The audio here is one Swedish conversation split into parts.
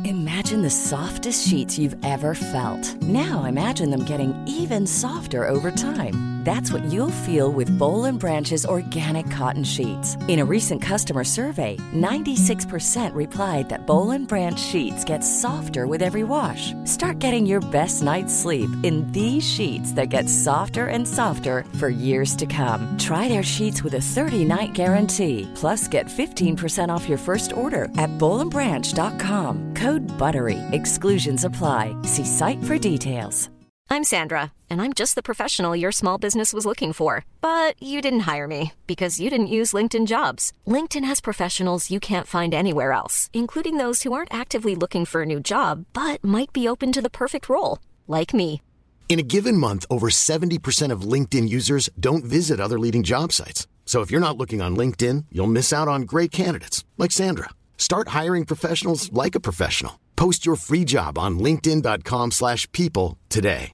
Imagine the softest sheets you've ever felt. Now imagine them getting even softer over time. That's what you'll feel with Boll and Branch's organic cotton sheets. In a recent customer survey, 96% replied that Boll and Branch sheets get softer with every wash. Start getting your best night's sleep in these sheets that get softer and softer for years to come. Try their sheets with a 30-night guarantee. Plus, get 15% off your first order at bollandbranch.com. Code BUTTERY. Exclusions apply. See site for details. I'm Sandra, and I'm just the professional your small business was looking for. But you didn't hire me because you didn't use LinkedIn Jobs. LinkedIn has professionals you can't find anywhere else, including those who aren't actively looking for a new job, but might be open to the perfect role, like me. In a given month, over 70% of LinkedIn users don't visit other leading job sites. So if you're not looking on LinkedIn, you'll miss out on great candidates like Sandra. Start hiring professionals like a professional. Post your free job on linkedin.com/people today.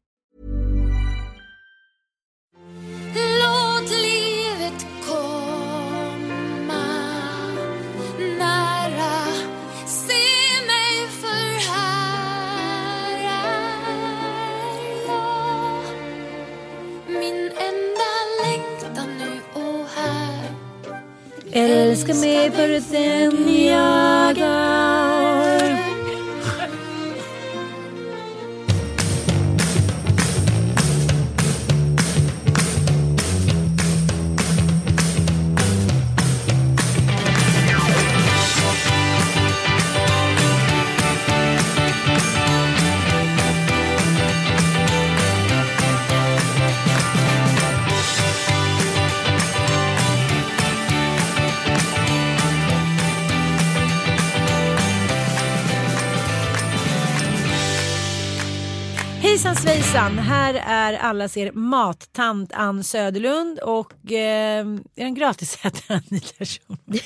Låt livet komma nära. Se mig för här är jag. Min enda längtan nu och här. Älska mig för den jag är. Hejsan svejsan, här är allas er mattant Ann Söderlund och en gratisätare Anita Schulman.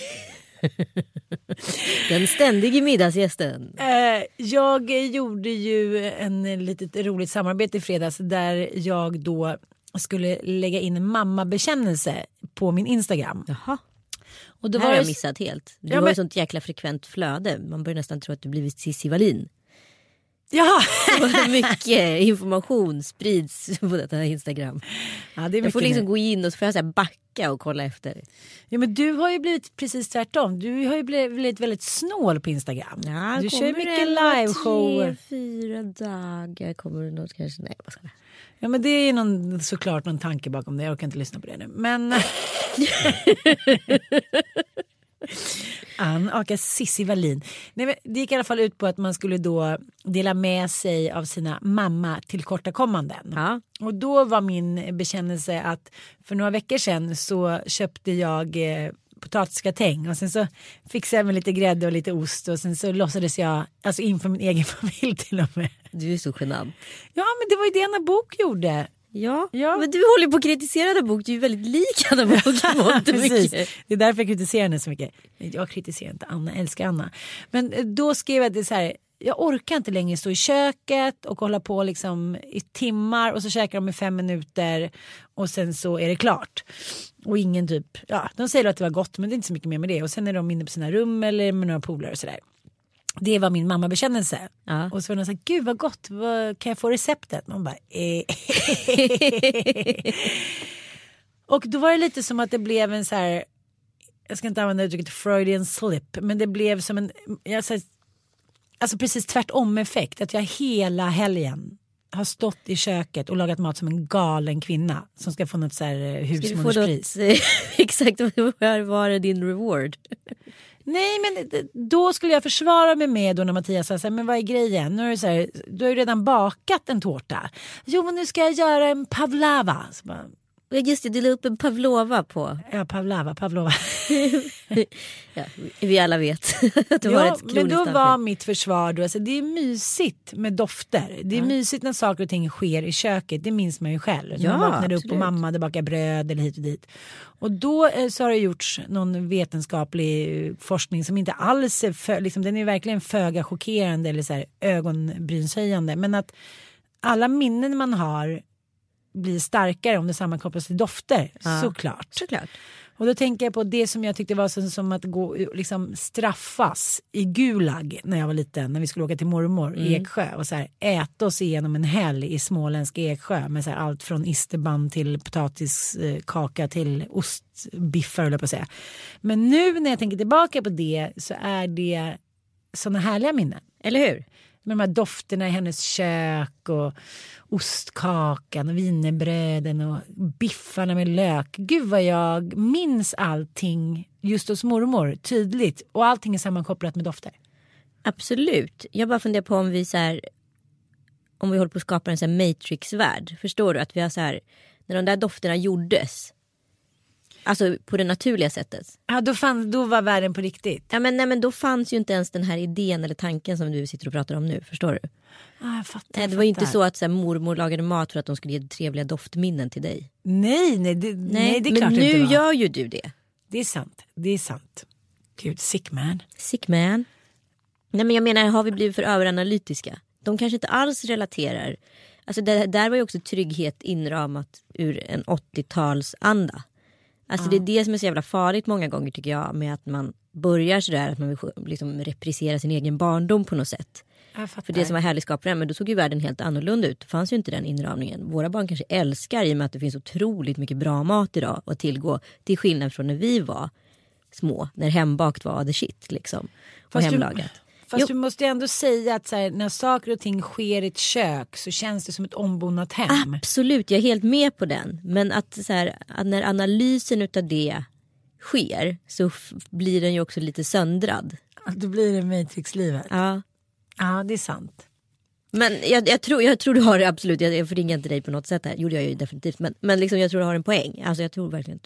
Den ständiga middagsgästen. Jag gjorde ju en litet roligt samarbete i fredags där jag då skulle lägga in en mammabekännelse på min Instagram. Jaha. Och då har jag missat helt. Du har ju sånt jäkla frekvent flöde. Man börjar nästan tro att du blivit Cissi Wallin. Ja, mycket information sprids på detta Instagram. Ja, det är jag får liksom gå in och så får jag så här backa och kolla efter. Ja, men du har ju blivit precis tvärtom. Du har ju blivit väldigt snål på Instagram. Ja, du kör mycket liveshower. 3-4 dagar kommer det något kanske. Nej, vad ska jag? Ja, men det är såklart någon tanke bakom det. Jag orkar inte lyssna på det nu. Men Ann aka Cissi Wallin. Nej, men det gick i alla fall ut på att man skulle då dela med sig av sina mamma tillkortakommanden. Ja. Och då var min bekännelse att för några veckor sedan så köpte jag potatisgratäng och sen så fixade jag med lite grädde och lite ost och sen så låtsades jag alltså inför min egen familj till och med. Du är så genant. Ja, men det var ju det Anna Bok gjorde. Ja, men du håller på att kritisera den bok. Du är väldigt lik Anna Bok. Precis. Det är därför jag kritiserar henne så mycket. Jag kritiserar inte Anna, älskar Anna. Men då skrev jag det så här: jag orkar inte längre stå i köket och hålla på liksom i timmar och så käkar de i 5 minuter och sen så är det klart. Och ingen typ, ja, de säger att det var gott men det är inte så mycket mer med det. Och sen är de inne på sina rum eller med några polare och sådär. Det var min mamma bekännelse. Ja. Och så var det så här, gud vad gott, kan jag få receptet? Man bara, Och då var det lite som att det blev en så här, jag ska inte använda uttrycket Freudian slip, men det blev som en, alltså precis tvärtom effekt. Att jag hela helgen har stått i köket och lagat mat som en galen kvinna som ska få något så här husmoderspris. Exakt, vad var det din reward? Nej, men då skulle jag försvara mig med då när Mattias sa så här, men vad är grejen? Nu är det så här, du har ju redan bakat en tårta. Jo, men nu ska jag göra en pavlova. Så bara, just det, du la upp en pavlova på. Ja, pavlova. Ja, vi alla vet att det var ett kroniskt men då var mitt försvar då, alltså, det är mysigt med dofter. Det är mysigt när saker och ting sker i köket. Det minns man ju själv. Ja, man vaknade upp och mamma hade bakat bröd eller hit och dit. Och då så har det gjorts någon vetenskaplig forskning som inte alls är liksom, den är verkligen föga chockerande eller så här ögonbrynshöjande. Men att alla minnen man har blir starkare om det sammankopplas till dofter. Ja. Såklart. Och då tänker jag på det som jag tyckte var som att gå liksom straffas i Gulag när jag var liten, när vi skulle åka till mormor i Eksjö och så här, äta oss igenom en helg i småländsk Eksjö med så här, allt från isterband till potatiskaka till ostbiffar, eller på att säga. Men nu när jag tänker tillbaka på det så är det såna härliga minnen. Eller hur? Med de här dofterna i hennes kök och ostkakan och wienerbröden och biffarna med lök. Gud vad jag minns allting just hos mormor tydligt, och allting är sammankopplat med dofter. Absolut. Jag bara funderar på om vi så här, om vi håller på att skapa en så här Matrix-värld. Förstår du att vi har så här, när de där dofterna gjordes, alltså på det naturliga sättet. Ja, då var världen på riktigt. Ja, men nej, men då fanns ju inte ens den här idén eller tanken som du sitter och pratar om nu, förstår du? Ja, jag fattar. Det var ju inte så att så här, mormor lagade mat för att de skulle ge trevliga doftminnen till dig. Nej, det är men klart nu inte var. gör ju du det. Det är sant. Gud, sick man. Nej, men jag menar, har vi blivit för överanalytiska? De kanske inte alls relaterar. Alltså det där var ju också trygghet inramat ur en 80-talsanda. Alltså det är det som är så jävla farligt många gånger, tycker jag, med att man börjar sådär, att man vill liksom reprisera sin egen barndom på något sätt. För det som var härligt skapade, men då såg ju världen helt annorlunda ut. Det fanns ju inte den inramningen. Våra barn kanske älskar, i och med att det finns otroligt mycket bra mat idag att tillgå, till skillnad från när vi var små, när hembakt var the shit liksom, och hemlagat. Fast du måste ju ändå säga att så här, när saker och ting sker i ett kök så känns det som ett ombonat hem. Absolut, jag är helt med på den. Men att, så här, att när analysen utav det sker så blir den ju också lite söndrad. Då blir det Matrix-livet. Ja. Ja, det är sant. Men jag tror du har det absolut. Jag förringar inte dig på något sätt här. Gjorde jag ju definitivt. Men liksom, jag tror du har en poäng. Alltså jag tror verkligen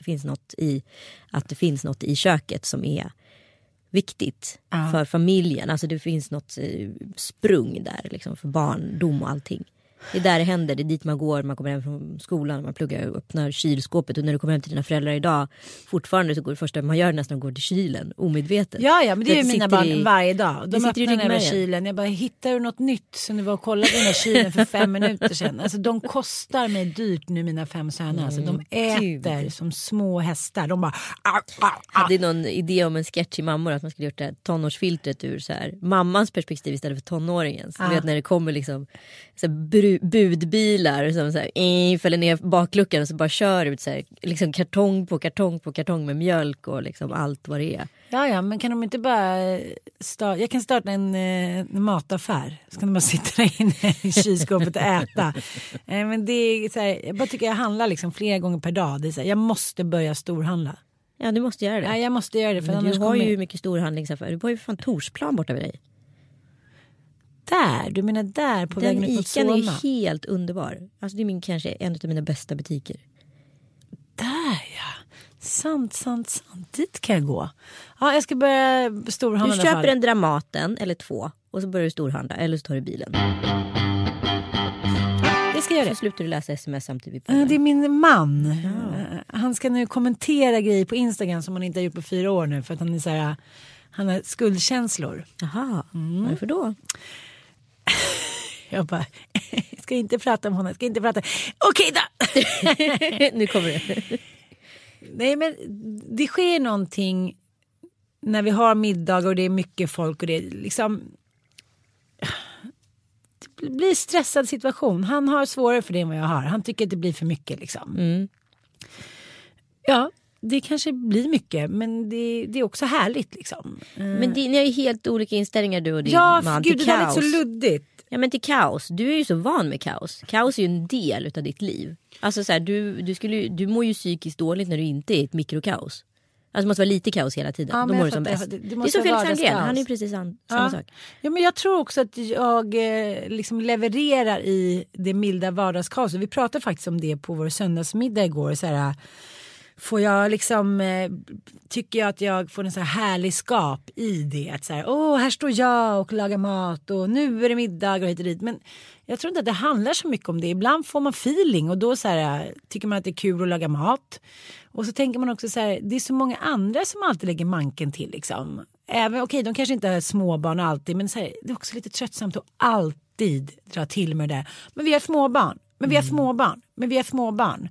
att det finns något i köket som är viktigt för familjen. Alltså det finns något sprung där liksom, för barndom och allting. Det är där det händer, det är dit man går, man kommer hem från skolan, man pluggar och öppnar kylskåpet, och när du kommer hem till dina föräldrar idag, fortfarande så går det första man gör nästan att gå till kylen, omedvetet. Ja, men det är ju mina barn varje dag. De öppnar den här kylen. kylen, jag bara, hittar du något nytt som du var och kollade i den här kylen för 5 minuter sedan? Alltså de kostar mig dyrt nu, mina 5 söner. Alltså de äter som små hästar. De bara... Hade någon idé om en sketch i mammor, att man skulle gjort det här tonårsfiltret ur så här mammans perspektiv istället för tonåringens. Du vet när det kommer liksom så här budbilar som så här, fäller ner bakluckan och så bara kör ut så här, liksom kartong på kartong på kartong med mjölk och liksom allt vad det är. Ja, men kan de inte bara jag kan starta en mataffär, så kan de bara sitta där inne i kylskåpet och äta. Men det är så här, jag bara tycker jag handlar liksom flera gånger per dag. Det är så här, jag måste börja storhandla. Ja, du måste göra det. Ja, jag måste göra det, för men du har ju mycket storhandlingsaffär. Du har ju fan Torsplan borta vid dig. Där, du menar där på den vägen upp mot Ican Solna. är ju helt underbar. Alltså det är kanske en av mina bästa butiker. Där ja. Sant. Dit kan jag gå. Ja, jag ska börja storhandla. Du köper en Dramaten eller 2 och så börjar du storhandla, eller så tar du bilen. Det ska jag göra. Så slutar du läsa sms samtidigt. Det är min man. Ja. Han ska nu kommentera grejer på Instagram som han inte har gjort på 4 år nu, för att han är så här, han har skuldkänslor. Jaha, varför då? Jag bara, ska inte prata om honom, Okej då. Nu kommer det. Nej, men det sker någonting när vi har middag och det är mycket folk och det är liksom, det blir stressad situation. Han har svårare för det än vad jag har. Han tycker att det blir för mycket liksom. Ja, det kanske blir mycket, men det är också härligt liksom. Men ni har ju helt olika inställningar, du och din man, till till det där är kaos. så luddigt. Ja, men till kaos. Du är ju så van med kaos. Kaos är ju en del utav ditt liv. Alltså så här, du mår ju psykiskt dåligt när du inte är i ett mikrokaos. Alltså det måste vara lite kaos hela tiden. Ja, Då mår du som bäst. Det är så Felix Herngren. Han är ju precis samma sak. Ja, men jag tror också att jag liksom levererar i det milda vardagskaoset. Vi pratade faktiskt om det på vår söndagsmiddag igår. Så här, får jag liksom, tycker jag att jag får en så här härlig skap i det. Att så här, här står jag och lagar mat och nu är det middag och hit och dit. Men jag tror inte att det handlar så mycket om det. Ibland får man feeling och då så här, tycker man att det är kul att laga mat. Och så tänker man också så här, det är så många andra som alltid lägger manken till liksom. Även, okej, de kanske inte har småbarn alltid, men så här, det är också lite tröttsamt att alltid dra till med det. Men vi har småbarn. Men vi har småbarn.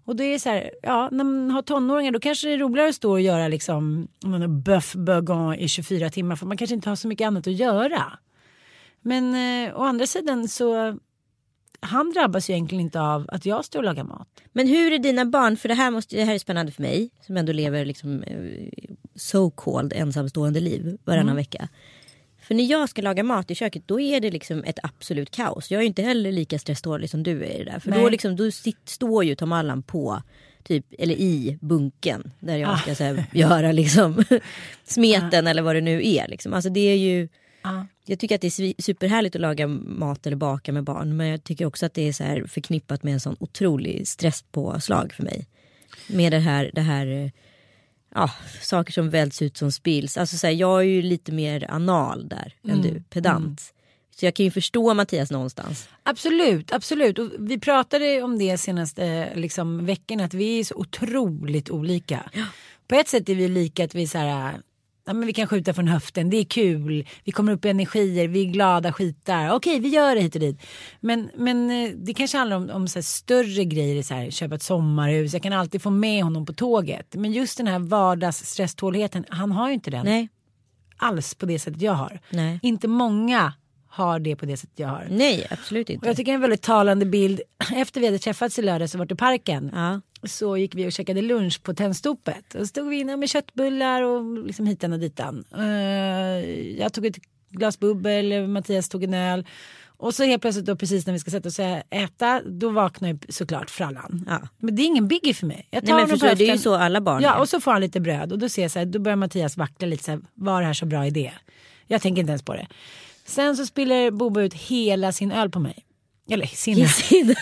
Och då är det så här, ja, när man har tonåringar då kanske det är roligare att stå och göra liksom bœuf bourguignon i 24 timmar för man kanske inte har så mycket annat att göra. Men å andra sidan så han drabbas ju egentligen inte av att jag står och lagar mat. Men hur är dina barn, för det här är spännande för mig som ändå lever liksom so-called ensamstående liv varannan vecka. För när jag ska laga mat i köket då är det liksom ett absolut kaos. Jag är ju inte heller lika stressdålig som du är där. För då står ju Tom Allan på typ, eller i bunken där jag ska så här, göra liksom smeten eller vad det nu är liksom. Alltså det är ju jag tycker att det är superhärligt att laga mat eller baka med barn, men jag tycker också att det är så här förknippat med en sån otrolig stresspåslag för mig. Med det här saker som välts ut som spills. Alltså så här, jag är ju lite mer anal där än du, pedant. Så jag kan ju förstå Mattias någonstans. Absolut. Och vi pratade om det senaste liksom, veckan att vi är så otroligt olika. Ja. På ett sätt är vi lika att vi så här, ja, men vi kan skjuta från höften, det är kul, vi kommer upp i energier, vi är glada skitar, okej vi gör det hit och dit. Men det kanske handlar om så här större grejer, så här, köpa ett sommarhus, jag kan alltid få med honom på tåget. Men just den här vardagsstresståligheten, han har ju inte den alls på det sättet jag har. Nej. Inte många har det på det sättet jag har. Nej, absolut inte. Och jag tycker det är en väldigt talande bild. Efter vi hade träffats i lördags och varit i parken så gick vi och käkade lunch på Tennstopet. Och så stod vi inne med köttbullar och liksom hitan och ditan. Jag tog ett glas bubbel, Mattias tog en öl. Och så helt plötsligt då precis när vi ska sätta oss och äta, då vaknar ju såklart frallan. Ja. Men det är ingen biggie för mig. Jag tar men förstår, det är ju så alla barn är. Ja, och så får han lite bröd. Och då ser jag så här, då börjar Mattias vackla lite så här, var det här så bra idé? Jag tänker inte ens på det. Sen så spiller Bobo ut hela sin öl på mig. Eller sin.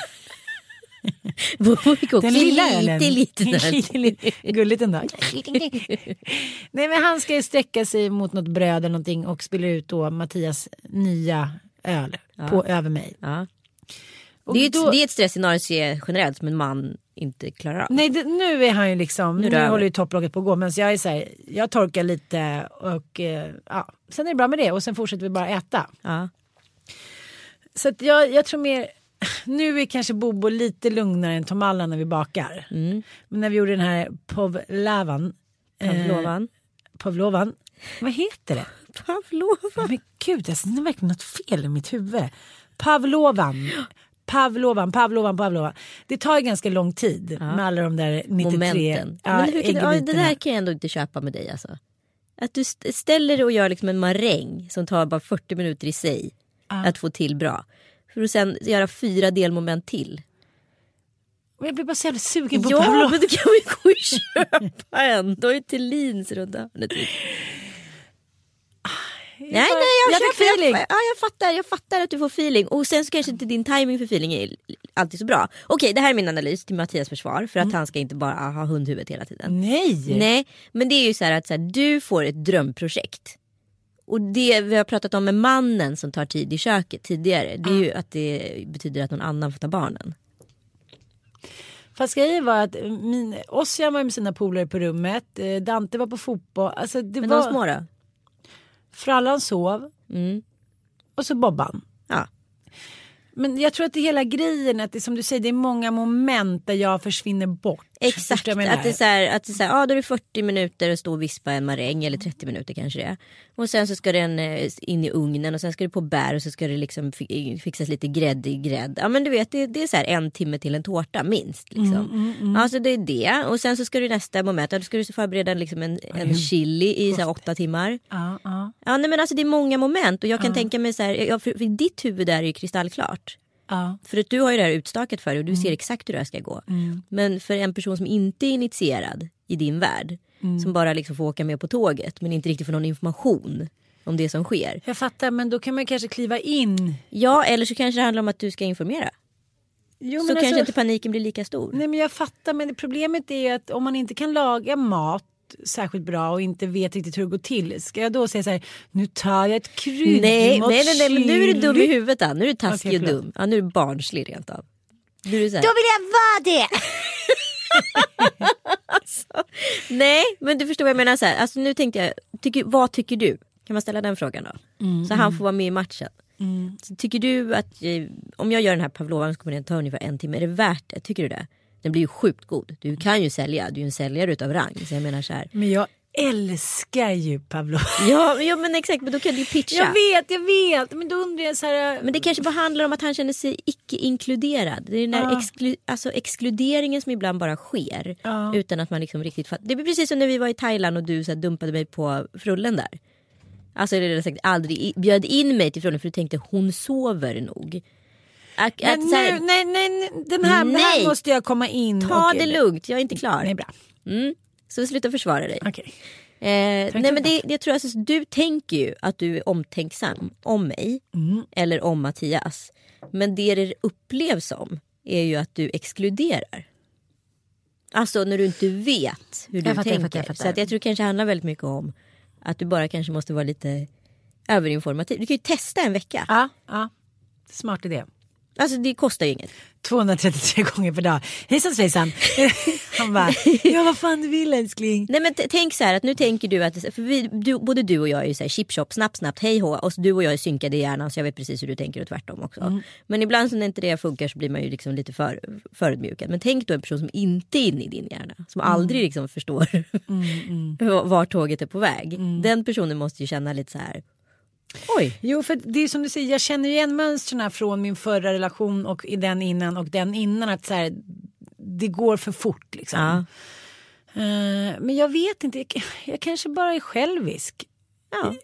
Den lilla ölen. Lite. Gulligt ändå. Nej, men han ska ju sträcka sig mot något bröd eller någonting och spiller ut då Mattias nya öl på över mig. Ja. Det är ett stressscenario generellt som en man inte klarar av. Nej, nu är han ju liksom, nu håller ju topplocket på att gå, men så jag är så här, jag torkar lite och sen är det bra med det och sen fortsätter vi bara äta. Ja. Så att jag tror mer, nu är kanske Bobo lite lugnare än Tom Allan när vi bakar. Men när vi gjorde den här Pavlovan. Vad heter det? Pavlovan. Men gud, det är verkligen något fel i mitt huvud. Pavlovan. Det tar ju ganska lång tid med alla de där 93 momenten. Men det där kan jag ändå inte köpa med dig alltså. Att du ställer dig och gör liksom en maräng som tar bara 40 minuter i sig att få till bra. För att sen göra 4 delmoment till. Jag blir bara så jävla sugen på Pavlov. Ja, men du kan ju gå och köpa en. Du har ju till Lins runt hörnet. Nej, jag fattar att du får feeling. Och sen så kanske inte din timing för feeling är alltid så bra. Okej, det här är min analys till Mattias försvar. För att han ska inte bara ha hundhuvudet hela tiden. Nej, men det är ju så här att du får ett drömprojekt. Och det vi har pratat om med mannen som tar tid i köket tidigare, det är ju att det betyder att någon annan får ta barnen. Fast grejen var att Ossian var med sina polare på rummet, Dante var på fotboll. Alltså det men var... de små då? Frallan sov. Och så Bobban. Ja. Men jag tror att det är hela grejen att det, som du säger, det är många moment där jag försvinner bort. Exakt, att det är så här, då är det 40 minuter att stå och vispa en maräng, eller 30 minuter kanske det är. Och sen så ska den in i ugnen och sen ska det på bär och så ska det liksom fixas lite grädde i grädd. Ja, men du vet, det är så här 1 timme till en tårta minst liksom. Alltså det är det. Och sen så ska du nästa moment, då ska du förbereda liksom en chili i så här 8 timmar. Ja, nej, men alltså det är många moment och jag kan tänka mig så här, för ditt huvud där är ju kristallklart. Ja. För att du har ju det här utstaket för dig och du ser exakt hur det här ska gå. Men för en person som inte är initierad i din värld, som bara liksom får åka med på tåget men inte riktigt får någon information om det som sker. Jag fattar, men då kan man kanske kliva in. Ja, eller så kanske det handlar om att du ska informera. Jo, så kanske inte paniken blir lika stor. Nej, men jag fattar, men problemet är ju att om man inte kan laga mat särskilt bra och inte vet riktigt hur det går till, ska jag då säga så här, nu tar jag ett krydd. Nej, men nu är du dum i huvudet då. Nu är du taskig och dum. Ja, nu är du barnslig rent av. Då vill jag vara det. Alltså, nej, men du förstår vad jag menar så här. Alltså nu tänkte jag, vad tycker du? Kan man ställa den frågan då? Så han får vara med i matchen. Så tycker du att om jag gör den här pavlovan så kommer det ta ungefär 1 timme, är det värt det? Tycker du det? Den blir ju sjukt god. Du kan ju sälja, du är ju en säljare utav rang. Så jag menar så här. Men jag älskar ju Pablo. Ja men exakt, men då kan du ju pitcha. Jag vet, men då undrar jag så här. Men det kanske bara handlar om att han känner sig icke-inkluderad. Det är den där exkluderingen som ibland bara sker. Utan att man liksom riktigt det blir precis som när vi var i Thailand och du så här, dumpade mig på frullen där. Alltså det är sagt aldrig bjöd in mig till frullen för du tänkte hon sover nog. Nej, den här måste jag komma in. Ta det lugnt, jag är inte klar. Nej, bra. Så sluta försvara dig. Okej. Nej men jag tror alltså, du tänker ju att du är omtänksam om mig eller om Mattias. Men det upplevs som är ju att du exkluderar. Alltså när du inte vet hur du tänker. Jag fattar. Så att jag tror det kanske handlar väldigt mycket om att du bara kanske måste vara lite överinformativ. Du kan ju testa en vecka. Ja. Smart idé. Alltså det kostar ju inget. 233 gånger per dag. Hejsan svejsan. Han bara, ja vad fan du vill älskling. Nej men tänk så här att nu tänker du att för både du och jag är ju så här chip chop snabbt hej hå och du och jag är synkade i hjärnan så jag vet precis hur du tänker och tvärtom också. Men ibland så när inte det funkar så blir man ju liksom lite förödmjukad. Men tänk då en person som inte är inne i din hjärna som aldrig liksom förstår var tåget är på väg. Den personen måste ju känna lite så här. Oj. Jo, för det är som du säger, jag känner igen mönstren från min förra relation och i den innan och den innan att så här, det går för fort liksom. Men jag vet inte, jag kanske bara är självisk. Ja.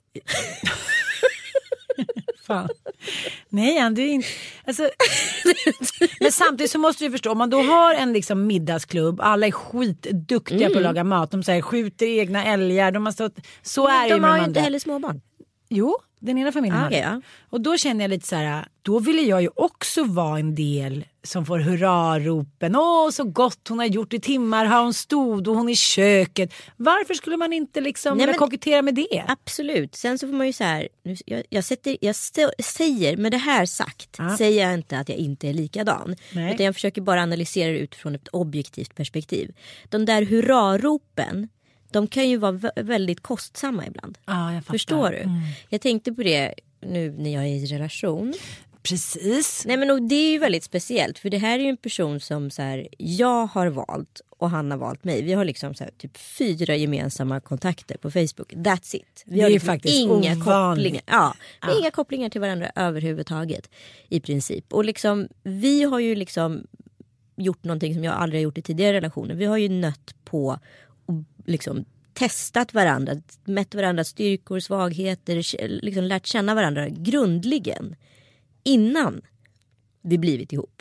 Fan. Nej, du är inte alltså, men samtidigt så måste du förstå om man då har en liksom middagsklubb, alla är skitduktiga på att laga mat, de säger skjuter egna älgar, de har stått så men är de ju har ju inte heller småbarn. Jo, den ena familjen hade. Ja. Och då känner jag lite så här, då ville jag ju också vara en del som får hurraropen. Åh, så gott hon har gjort i timmar, har hon stod och hon i köket. Varför skulle man inte liksom kokettera med det? Absolut. Sen så får man ju så här, jag säger, med det här sagt, säger jag inte att jag inte är likadan. Nej. Utan jag försöker bara analysera det utifrån ett objektivt perspektiv. De där hurraropen, de kan ju vara väldigt kostsamma ibland. Jag förstår du? Jag tänkte på det nu när jag är i relation. Precis. Nej men det är ju väldigt speciellt. För det här är ju en person som så här, jag har valt och han har valt mig. Vi har liksom så här, typ 4 gemensamma kontakter på Facebook. That's it. Vi har ju liksom faktiskt inga ovanligt. kopplingar. Vi har inga kopplingar till varandra överhuvudtaget. I princip. Och liksom, vi har ju liksom gjort någonting som jag aldrig har gjort i tidigare relationer. Vi har ju nött på liksom testat varandra, mätt varandras styrkor, svagheter, liksom lärt känna varandra grundligen innan vi blivit ihop.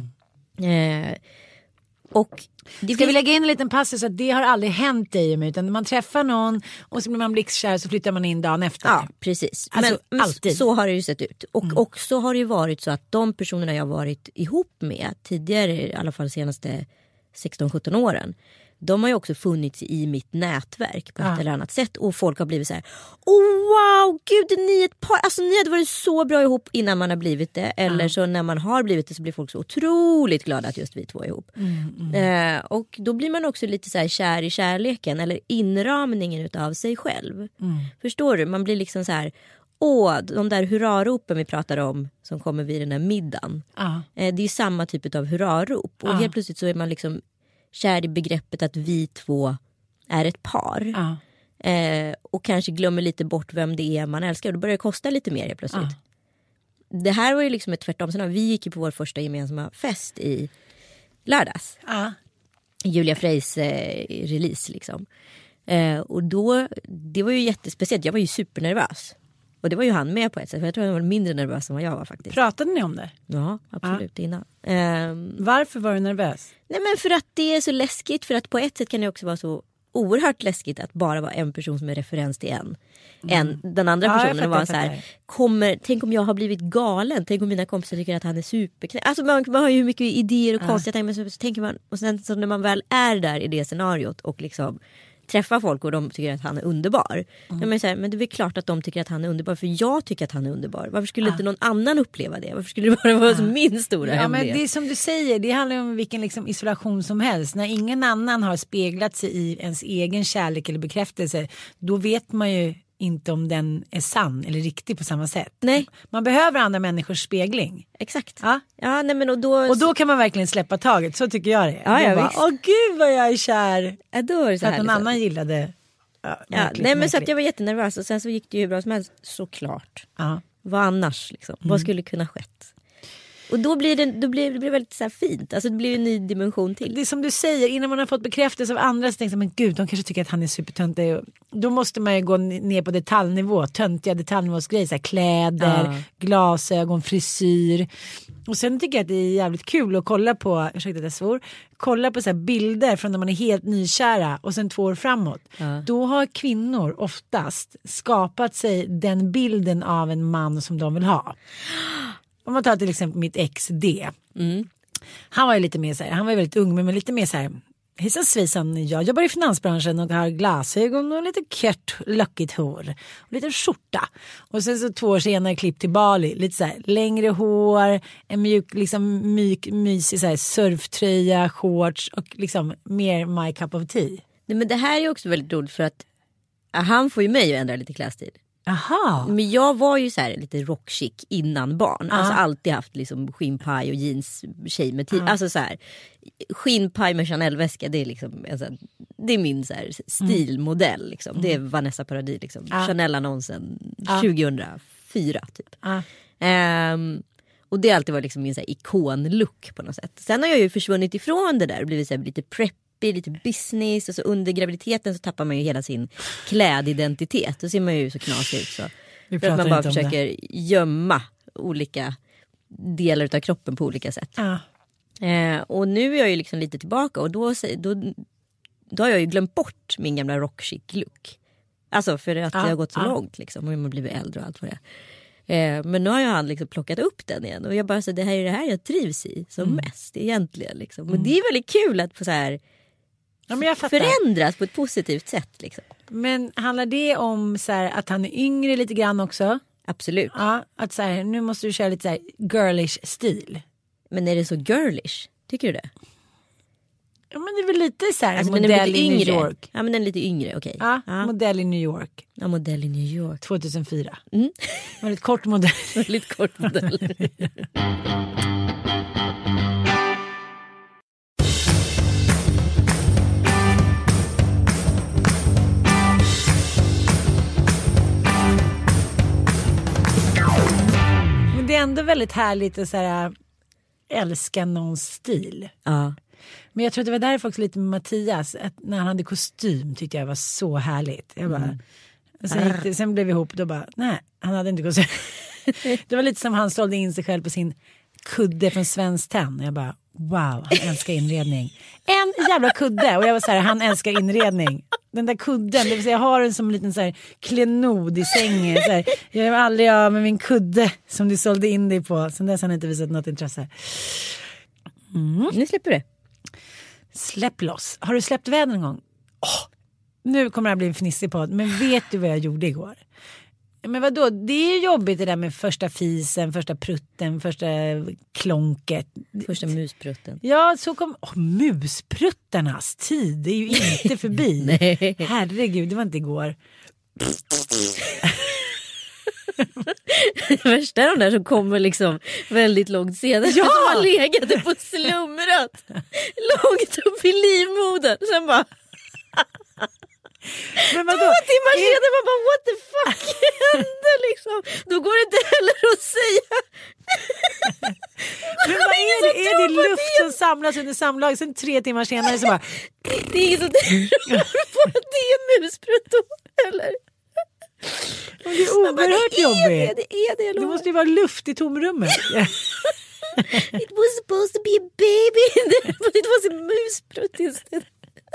Och ska vi lägga in en liten passus att det har aldrig hänt dig och mig, utan när man träffar någon och så blir man blixtkär så flyttar man in dagen efter. Ja, precis. Alltså, men alltid. Så har det ju sett ut. Och också har det ju varit så att de personerna jag varit ihop med tidigare, i alla fall senaste 16-17 åren, de har ju också funnits i mitt nätverk på ett eller annat sätt. Och folk har blivit så här: wow, gud, ni är ett par. Alltså ni hade varit så bra ihop innan man har blivit det. Eller så när man har blivit det så blir folk så otroligt glada att just vi två är ihop. Och då blir man också lite så här kär i kärleken. Eller inramningen utav sig själv. Förstår du? Man blir liksom så här: de där hurraropen vi pratar om som kommer vid den där middagen. Det är ju samma typ av hurrarop. Och helt plötsligt så är man liksom kär i begreppet att vi två är ett par. Och kanske glömmer lite bort vem det är man älskar. Och då börjar det kosta lite mer helt plötsligt. Det här var ju liksom ett tvärtom. Så vi gick ju på vår första gemensamma fest i lördags. Julia Freys release liksom. Och då, det var ju jättespeciellt. Jag var ju supernervös. Och det var ju han med på ett sätt. För jag tror han var mindre nervös än vad jag var faktiskt. Pratade ni om det? Ja, absolut innan. Varför var du nervös? Nej men för att det är så läskigt. För att på ett sätt kan det också vara så oerhört läskigt att bara vara en person som är referens till den andra personen var så här, tänk om jag har blivit galen, tänk om mina kompisar tycker att han är superknäpp. Alltså man har ju hur mycket idéer och konstiga tankar, men så tänker man, och sen så när man väl är där i det scenariot och liksom träffar folk och de tycker att han är underbar. Men det är väl klart att de tycker att han är underbar, för jag tycker att han är underbar. Varför skulle inte någon annan uppleva det? Varför skulle det bara vara min stora hemlighet? Men det är som du säger, det handlar om vilken liksom isolation som helst. När ingen annan har speglat sig i ens egen kärlek eller bekräftelse, då vet man ju inte om den är sann eller riktig på samma sätt. Nej. Man behöver andra människors spegling. Exakt. Ja. Ja, nej, men och då kan man verkligen släppa taget, så tycker jag det. Ja, ja, bara, visst. åh gud vad jag är kär. Ja, då är det så För att någon härligt, annan gillade. Ja, nej, men så att jag var jättenervös och sen så gick det ju hur bra som helst, såklart. Ja. Vad annars liksom? Vad skulle kunna skett? Och då blir det väldigt så här fint. Alltså det blir en ny dimension till. Det är som du säger, innan man har fått bekräftelse av andra så tänker man, men gud, de kanske tycker att han är supertöntig. Då måste man ju gå ner på detaljnivå, töntiga detaljnivåsgrejer, så här kläder, glasögon, frisyr. Och sen tycker jag att det är jävligt kul att kolla på, ursäkta att jag svor, kolla på så här bilder från när man är helt nykära och sen 2 år framåt. Då har kvinnor oftast skapat sig den bilden av en man som de vill ha. Om man tar till exempel mitt ex D. Han var ju lite mer så här, han var ju väldigt ung men lite mer så här, hejsan svejsan, jag jobbar i finansbranschen och har glasögon och lite kört lockigt hår och lite skjorta. Och sen så 2 år senare klipp till Bali, lite så här längre hår, en mjuk liksom mysig så här surftröja, shorts och liksom mer my cup of tea. Nej, men det här är också väldigt roligt för att han får ju mig att ändra lite klädstil. Aha. Men jag var ju så här lite rockchic innan barn. Alltså alltid haft liksom skinnpaj och jeans tjej med alltså så här skinnpaj med Chanel-väska, det är liksom alltså, det är min så här stilmodell liksom. Det är Vanessa Paradis liksom. Chanel-annonsen 2004 typ. Och det har alltid varit liksom min så här ikonlook på något sätt. Sen har jag ju försvunnit ifrån det där och blivit så här lite preppy, lite business, och så under graviditeten så tappar man ju hela sin klädidentitet. Då ser man ju så knasig ut så. För att man bara försöker gömma olika delar av kroppen på olika sätt. Och nu är jag ju liksom lite tillbaka och då har jag ju glömt bort min gamla rockchic look. Alltså för att det har gått så långt liksom, och man blivit äldre och allt vad det är. Men nu har han liksom plockat upp den igen och jag bara så det här är det här jag trivs i som mest egentligen liksom. Men det är väldigt kul att få så här förändras på ett positivt sätt liksom. Men handlar det om så här, att han är yngre lite grann också? Absolut. Ja, att så här, nu måste du köra lite så här girlish stil. Men är det så girlish? Tycker du det? Ja, men det är väl lite så här, alltså, modell i New York. Ja, men den är lite yngre, okej. Ja, modell i New York. Ja, modell i New York. 2004. Väldigt kort modell. Väldigt kort modell. Men det är ändå väldigt härligt att så här, älska någons stil. Ja. Men jag tror att det var därför också lite med Mattias, att när han hade kostym tyckte jag var så härligt. Jag bara, sen blev vi ihop och då bara, nej, han hade inte kostym. Det var lite som han sålde in sig själv på sin kudde från Svenskt Tenn. Jag bara, wow, han älskar inredning. En jävla kudde, och jag var så här, han älskar inredning. Den där kudden, det vill säga jag har en som en liten så här klenod i sängen. Så här, jag är aldrig av med min kudde som du sålde in dig på. Sen dess har han inte visat något intresse. Nu släpper det. Släpp loss. Har du släppt väder någon gång? Nu kommer det att bli en fnissig podd. Men vet du vad jag gjorde igår? Men vadå? Det är jobbigt det där med första fisen, första prutten, första klonket. Första musprutten. Ja, så kom muspruttarnas tid. Det är ju inte förbi. Nej. Herregud, det var inte igår. Det värsta är de där som kommer liksom väldigt långt senare. Ja! Som har legat på slumrat. Långt upp i livmodern. Sen bara... Men vadå? 2 timmar senare man bara what the fuck hände liksom. Då går det inte heller att säga. Men vad är det luft som samlas under samlag? Sen 3 timmar senare så bara... Det är inget som tror på att det är musprutt då, eller? Det är oerhört jobbigt. Det är det. Det måste ju vara luft i tomrummet. It was supposed to be a baby, but it was a musprutt istället.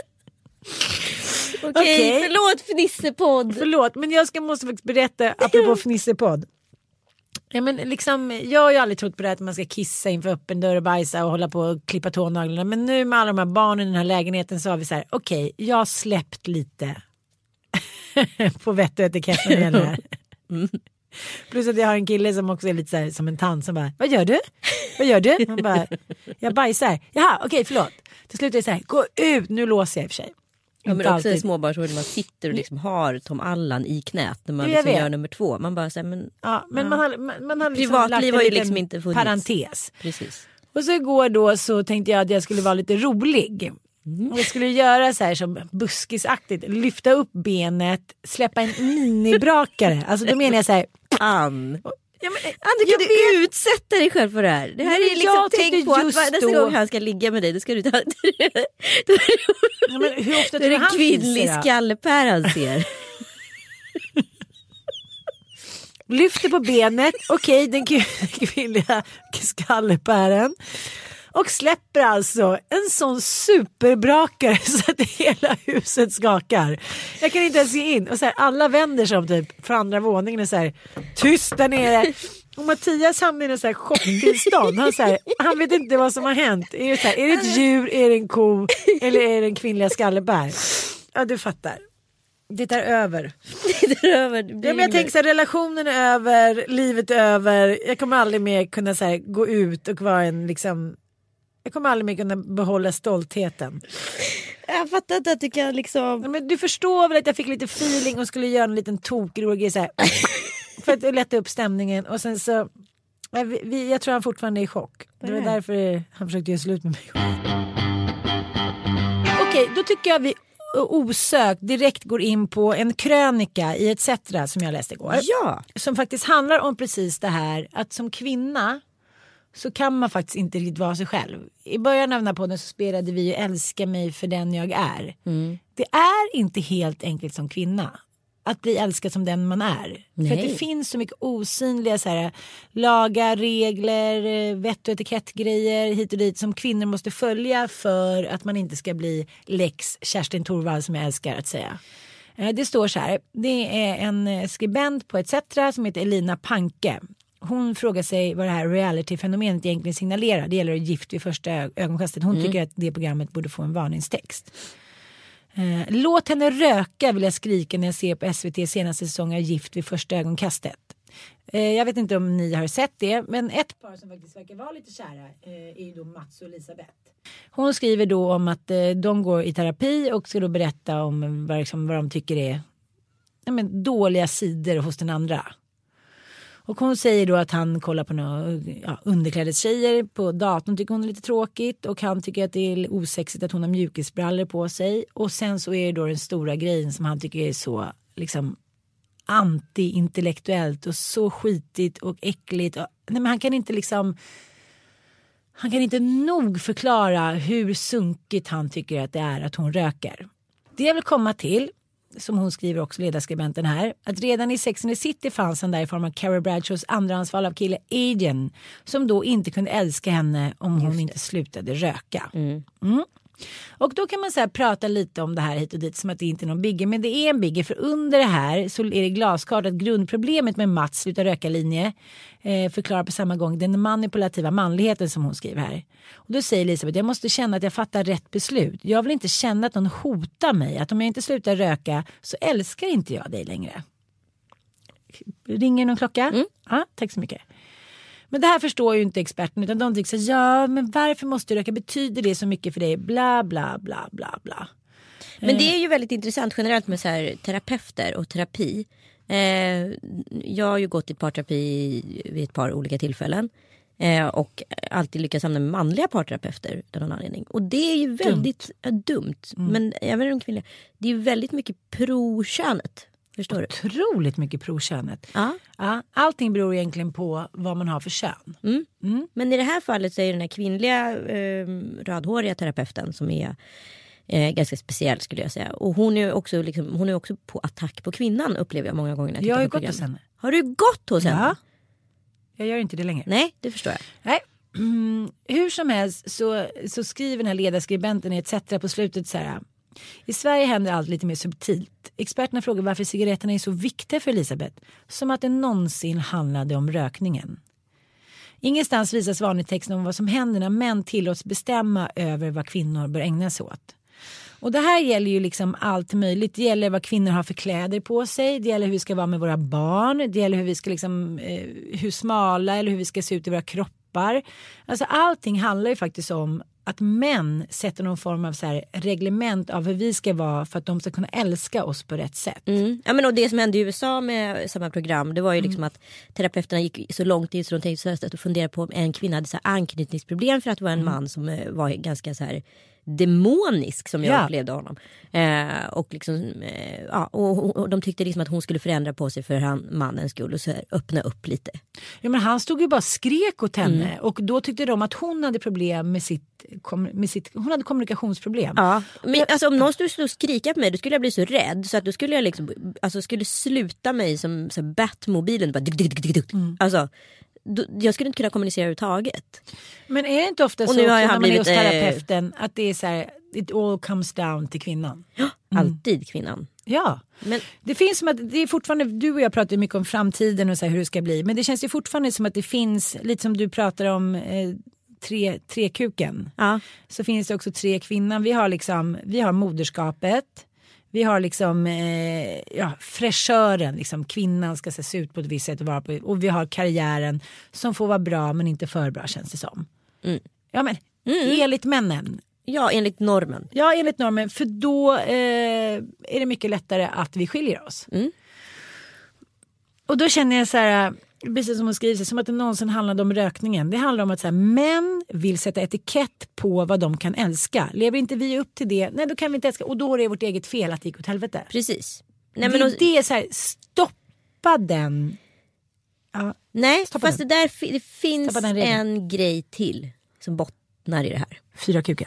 Okej, förlåt fnissepodd. Förlåt, men jag måste faktiskt berätta apropå fnissepodd. Ja, men liksom, jag har ju aldrig trott på det att man ska kissa inför öppen dörr och bajsa och hålla på och klippa tånaglarna. Men nu med alla de här barnen i den här lägenheten så har vi så här, okej, jag har släppt lite på vett och etiketten igen här. Plus att jag har en kille som också är lite så här, som en tant som bara, vad gör du? Vad gör du? Man bara, jag bajsar. Jaha, okej, förlåt. Till slut är det så här, gå ut, nu låser jag i och för sig. Ja, men Inte också alltid. småbarnsår när man sitter och liksom har Tom Allan i knät när man Jag liksom vet. gör nummer 2. Man bara säger men Ja, men man har liksom Privatliv har ju liten liksom inte funnits. parentes. precis. Och så igår då så tänkte jag att jag skulle vara lite rolig. Och jag skulle göra så här som buskisaktigt. Lyfta upp benet, släppa en minibrakare. Alltså då menar jag så här. Ann. Ja, men, Du kan du utsätta dig själv för det här. Det här Men är liksom, jag tänk tyckte på att just nästa då- gång han ska ligga med dig, då ska du ta... ja, men hur ofta Då är tror du det han kvinnlig fiser då? skallepär han ser. Lyfter på benet, okej, den kvinnliga skallepären. Och släpper alltså en sån superbrakare så att hela huset skakar. Jag kan inte ens ge in. Och så här, alla vänder sig om typ för andra våningen och så här, tyst där nere. Och Mattias hamnar i en så här chocktillstånd. Han vet inte vad som har hänt. Är det, så här, är det ett djur, är det en ko eller är det en kvinnliga skallepär? Ja, du fattar. Det är över. Det är över. Ja, men jag tänker så här, relationen är över, livet är över. Jag kommer aldrig mer kunna så här, gå ut och vara en liksom. Jag kommer aldrig mer kunna behålla stoltheten. Jag fattar inte att du kan liksom... Ja, men du förstår väl att jag fick lite feeling och skulle göra en liten tokrolig grej så här. För att lätta upp stämningen. Och sen så. Jag tror han fortfarande är i chock. Det var därför han försökte göra slut med mig. Okej, då tycker jag vi osökt direkt går in på en krönika i ETC som jag läste igår. Ja. Som faktiskt handlar om precis det här att som kvinna så kan man faktiskt inte riktigt vara sig själv. I början av den här podden så spelade vi ju Älska mig för den jag är. Det är inte helt enkelt som kvinna att bli älskad som den man är. Nej. För att det finns så mycket osynliga så här, lagar, regler, vett och etikettgrejer hit och dit som kvinnor måste följa för att man inte ska bli Lex Kerstin Thorvald som jag älskar att säga. Det står så här, det är en skribent på ETC som heter Elina Panke. Hon frågar sig vad det här reality-fenomenet egentligen signalerar. Det gäller Gift vid första ögonkastet. Hon tycker att det programmet borde få en varningstext. Låt henne röka vill jag skrika när jag ser på SVT senaste säsong av Gift vid första ögonkastet. Jag vet inte om ni har sett det, men ett par som faktiskt verkar vara lite kära är ju då Mats och Elisabeth. Hon skriver då om att de går i terapi och ska då berätta om vad de tycker är dåliga sidor hos den andra. Och hon säger då att han kollar på några underklädestjejer på datorn, tycker hon är lite tråkigt. Och han tycker att det är osexigt att hon har mjukisbrallor på sig. Och sen så är det då den stora grejen som han tycker är så liksom anti-intellektuellt och så skitigt och äckligt. Men han kan inte liksom... Han kan inte nog förklara hur sunkigt han tycker att det är att hon röker. Det jag vill komma till, som hon skriver också, ledarskribenten här, att redan i Sex and the City fanns han där i form av Carrie Bradshaws andrahandsval av kille Adrian, som då inte kunde älska henne om hon inte slutade röka. Och då kan man så här prata lite om det här hit och dit som att det inte är någon bigge, men det är en bigge, för under det här så är det glasklart att grundproblemet med Mats sluta röka-linje förklarar på samma gång den manipulativa manligheten som hon skriver här. Och då säger Elisabeth, jag måste känna att jag fattar rätt beslut. Jag vill inte känna att någon hotar mig, att om jag inte slutar röka så älskar inte jag dig längre. Ringer någon klocka? Ja, tack så mycket. Men det här förstår ju inte experten, utan de tycker så, ja men varför måste du röka, betyder det så mycket för dig, bla bla bla bla bla. Men det är ju väldigt intressant generellt med så här terapeuter och terapi. Jag har ju gått i parterapi vid ett par olika tillfällen. Och alltid lyckats hamna med manliga parterapeuter av någon anledning. Och det är ju väldigt dumt. Men även de kvinnliga, det är väldigt mycket pro-könet. Förstår du? Otroligt mycket pro-könet. Ja. Ja, allting beror egentligen på vad man har för kön. Men i det här fallet så är den här kvinnliga rödhåriga terapeuten som är ganska speciell skulle jag säga. Och hon är också, liksom, hon är också på attack på kvinnan, upplever jag många gånger. Jag har ju gått hos henne. Har du gått hos henne? Ja. Jag gör inte det längre. Nej, det förstår jag. Nej. Hur som helst så skriver den här ledarskribenten i ETC på slutet så här: i Sverige händer allt lite mer subtilt. Experterna frågar varför cigaretterna är så viktiga för Elisabeth, som att det någonsin handlade om rökningen. Ingenstans visas vanlig text om vad som händer när män tillåts bestämma över vad kvinnor bör ägna sig åt. Och det här gäller ju liksom allt möjligt. Det gäller vad kvinnor har för kläder på sig. Det gäller hur vi ska vara med våra barn. Det gäller hur vi ska liksom, hur smala eller hur vi ska se ut i våra kroppar. Alltså allting handlar ju faktiskt om att män sätter någon form av så här reglement av hur vi ska vara för att de ska kunna älska oss på rätt sätt. Ja, men och det som hände i USA med samma program, det var ju liksom att terapeuterna gick så långt in så de tänkte så att fundera på om en kvinna hade så här anknytningsproblem för att det var en man som var ganska så här demonisk som jag upplevde honom. Och liksom och de tyckte liksom att hon skulle förändra på sig för mannens skull och så här, öppna upp lite. Ja, men han stod ju bara skrek åt henne och då tyckte de att hon hade problem med sitt hon hade kommunikationsproblem. Ja, men alltså om någon stod och skrika på mig då skulle jag bli så rädd så att då skulle jag liksom skulle sluta mig som så Batmobilen bara alltså jag skulle inte kunna kommunicera överhuvudtaget. Men är det inte ofta så när man är hos terapeuten att det är så här, it all comes down till kvinnan? Ja, alltid kvinnan. Ja, men det finns som att det är fortfarande, du och jag pratar mycket om framtiden och så här, hur det ska bli, men det känns ju fortfarande som att det finns, lite som du pratar om tre kuken. Ja. Så finns det också tre kvinnan. Vi har moderskapet. Vi har liksom fräschören, liksom kvinnan ska se ut på ett visst sätt och vara på, och vi har karriären som får vara bra men inte för bra, känns det som. Ja, men enligt männen. Ja, enligt normen. Ja, enligt normen, för då är det mycket lättare att vi skiljer oss. Och då känner jag så här, precis som hon skriver, som att det någonsin handlade om rökningen. Det handlar om att så här, män vill sätta etikett på vad de kan älska. Lever inte vi upp till det, nej då kan vi inte älska. Och då är det vårt eget fel att det gick åt helvete. Precis. Nej, men det är så här, stoppa den. Ja, nej, fast den. Det finns en grej till som bottnar i det här. Fyrkuken.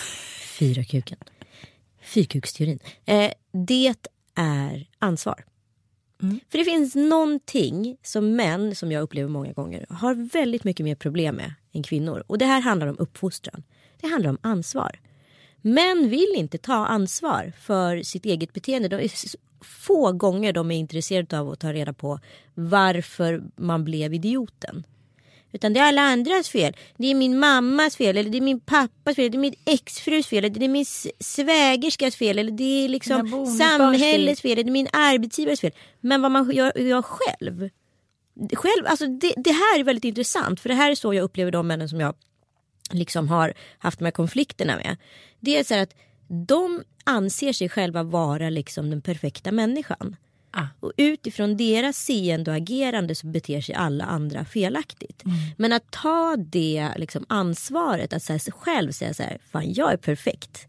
Fyrkuksteorin. Det är ansvar. För det finns någonting som män, som jag upplever många gånger, har väldigt mycket mer problem med än kvinnor. Och det här handlar om uppfostran. Det handlar om ansvar. Män vill inte ta ansvar för sitt eget beteende. Det är få gånger de är intresserade av att ta reda på varför man blev idioten. Utan det är alla andras fel. Det är min mammas fel, eller det är min pappas fel, det är min exfrus fel, eller det är min svägerskas fel, eller det är liksom samhällets fel, eller det är min arbetsgivares fel. Men vad man gör själv, alltså det här är väldigt intressant, för det här är så jag upplever de männen som jag liksom har haft de här konflikterna med. Det är så här att de anser sig själva vara liksom den perfekta människan. Och utifrån deras seende och agerande så beter sig alla andra felaktigt. Men att ta det liksom ansvaret att själv säga så här, fan jag är perfekt.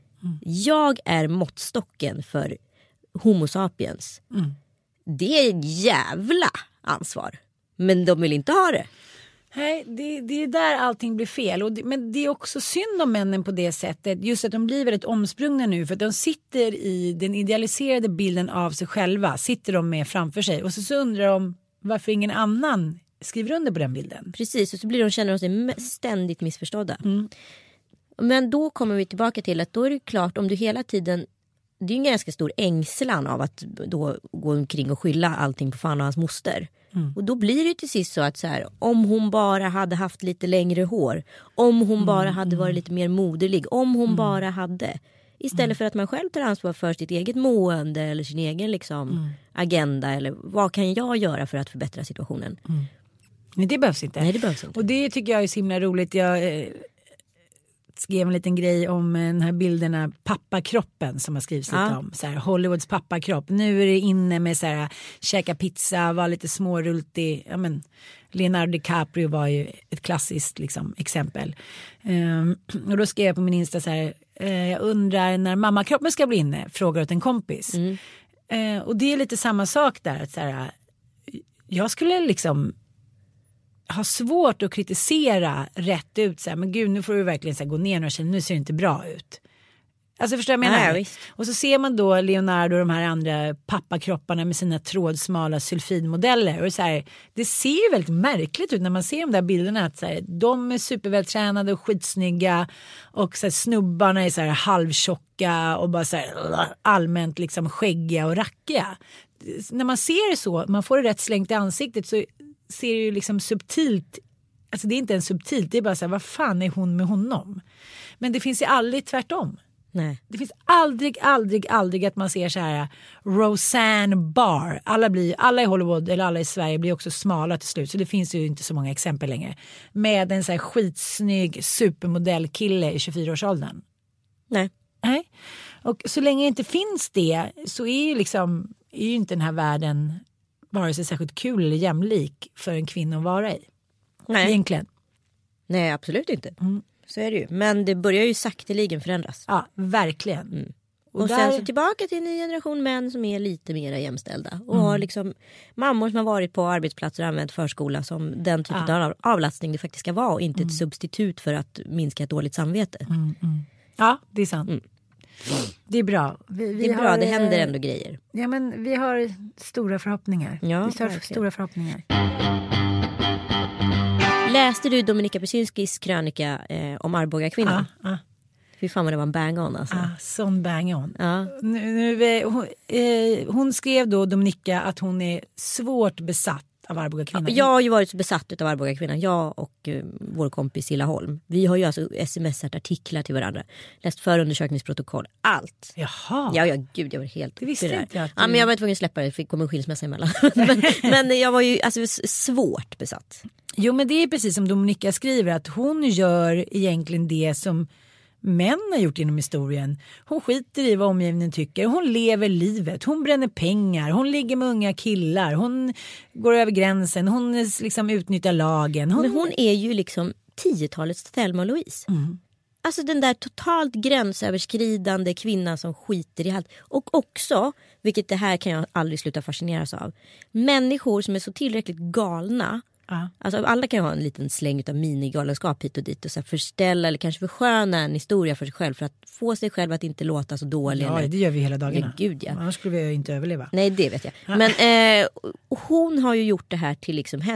Jag är måttstocken för homo sapiens. Det är jävla ansvar. Men de vill inte ha det. Nej, det är där allting blir fel. Men det är också synd om männen på det sättet. Just att de blir väldigt omsprungna nu. För att de sitter i den idealiserade bilden av sig själva. Sitter de med framför sig. Och så undrar de varför ingen annan skriver under på den bilden. Precis, och så känner de sig ständigt missförstådda. Men då kommer vi tillbaka till att då är det klart, om du hela tiden... Det är en ganska stor ängslan av att då gå omkring och skylla allting på fan och hans moster. Och då blir det till sist så att så här, om hon bara hade haft lite längre hår, om hon bara hade varit lite mer moderlig, om hon bara hade, istället för att man själv tar ansvar för sitt eget mående eller sin egen liksom agenda, eller vad kan jag göra för att förbättra situationen? Nej, det behövs inte. Nej, det behövs inte. Och det tycker jag är så himla roligt. Jag skrev en liten grej om den här bilderna pappakroppen som har skrivits lite om. Så här, Hollywoods pappakropp. Nu är det inne med så här, käka pizza, vara lite smårultig. Ja, men Leonardo DiCaprio var ju ett klassiskt liksom, exempel. Och då skrev jag på min Insta så här, jag undrar när mammakroppen ska bli inne, frågar åt en kompis. Och det är lite samma sak där. Att så här, jag skulle liksom har svårt att kritisera rätt ut så här, men gud nu får du verkligen så här, gå ner och känna, nu ser det inte bra ut. Alltså förstår jag vad jag menar? Nej, och så ser man då Leonardo och de här andra pappakropparna med sina trådsmala sulfidmodeller och så här, det ser ju väldigt märkligt ut när man ser de där bilderna att så här, de är supervältränade och skitsnygga och så här, snubbarna är så här halvtjocka och bara så här, allmänt liksom skäggiga och rackiga. När man ser det så, man får det rätt slängt i ansiktet, så ser det ju liksom subtilt, alltså det är inte en subtilt, det är bara så här, vad fan är hon med honom? Men det finns ju aldrig tvärtom. Nej. Det finns aldrig att man ser så här Roseanne Barr. Alla i Hollywood eller alla i Sverige blir också smala till slut. Så det finns ju inte så många exempel längre. Med en så här skitsnygg supermodellkille i 24-årsåldern. Nej. Och så länge det inte finns det så är ju inte den här världen vare sig särskilt kul eller jämlik för en kvinna att vara i. Nej. Egentligen. Nej, absolut inte. Så är det ju. Men det börjar ju sakteligen förändras. Ja, verkligen. Och sen så tillbaka till en ny generation män som är lite mer jämställda. Och har liksom mammor som har varit på arbetsplatser och använt förskola som den typen av avlastning det faktiskt ska vara. Och inte ett substitut för att minska ett dåligt samvete. Ja, det är sant. Det är bra. Det är bra, det händer ändå grejer. Ja, men vi har stora förhoppningar. Ja, vi har verkligen. stora förhoppningar. Läste du Dominika Peczynskis krönika om Arboga-kvinnan? Ja. Fy fan vad det var en bang-on alltså. Sån bang-on. Ja. Hon skrev då, Dominika, att hon är svårt besatt av Arboga-kvinnan. Jag har ju varit besatt av Arboga-kvinnan. Jag och vår kompis Silla Holm. Vi har ju alltså smsat artiklar till varandra. Läst förundersökningsprotokoll. Allt. Jaha. Ja, gud, jag var helt... Det visste inte jag. Ja, men jag var tvungen att släppa det. Det kom en skilsmässa emellan. men jag var ju alltså svårt besatt. Jo, men det är precis som Dominika skriver, att hon gör egentligen det som män har gjort genom historien. Hon skiter i vad omgivningen tycker. Hon lever livet. Hon bränner pengar. Hon ligger med unga killar. Hon går över gränsen. Hon liksom utnyttjar lagen. Men hon är ju liksom 10-talets Thelma och Louise. Alltså den där totalt gränsöverskridande kvinnan som skiter i allt. Och också, vilket det här kan jag aldrig sluta fascineras av, människor som är så tillräckligt galna. Alltså alla kan ha en liten släng av minigalenskap hit och dit och så här förställa eller kanske försköna en historia för sig själv för att få sig själv att inte låta så dålig. Ja, det gör vi hela dagarna. Ja, gud, ja. Annars skulle vi inte överleva. Nej, det vet jag. Men hon har ju gjort det här till liksom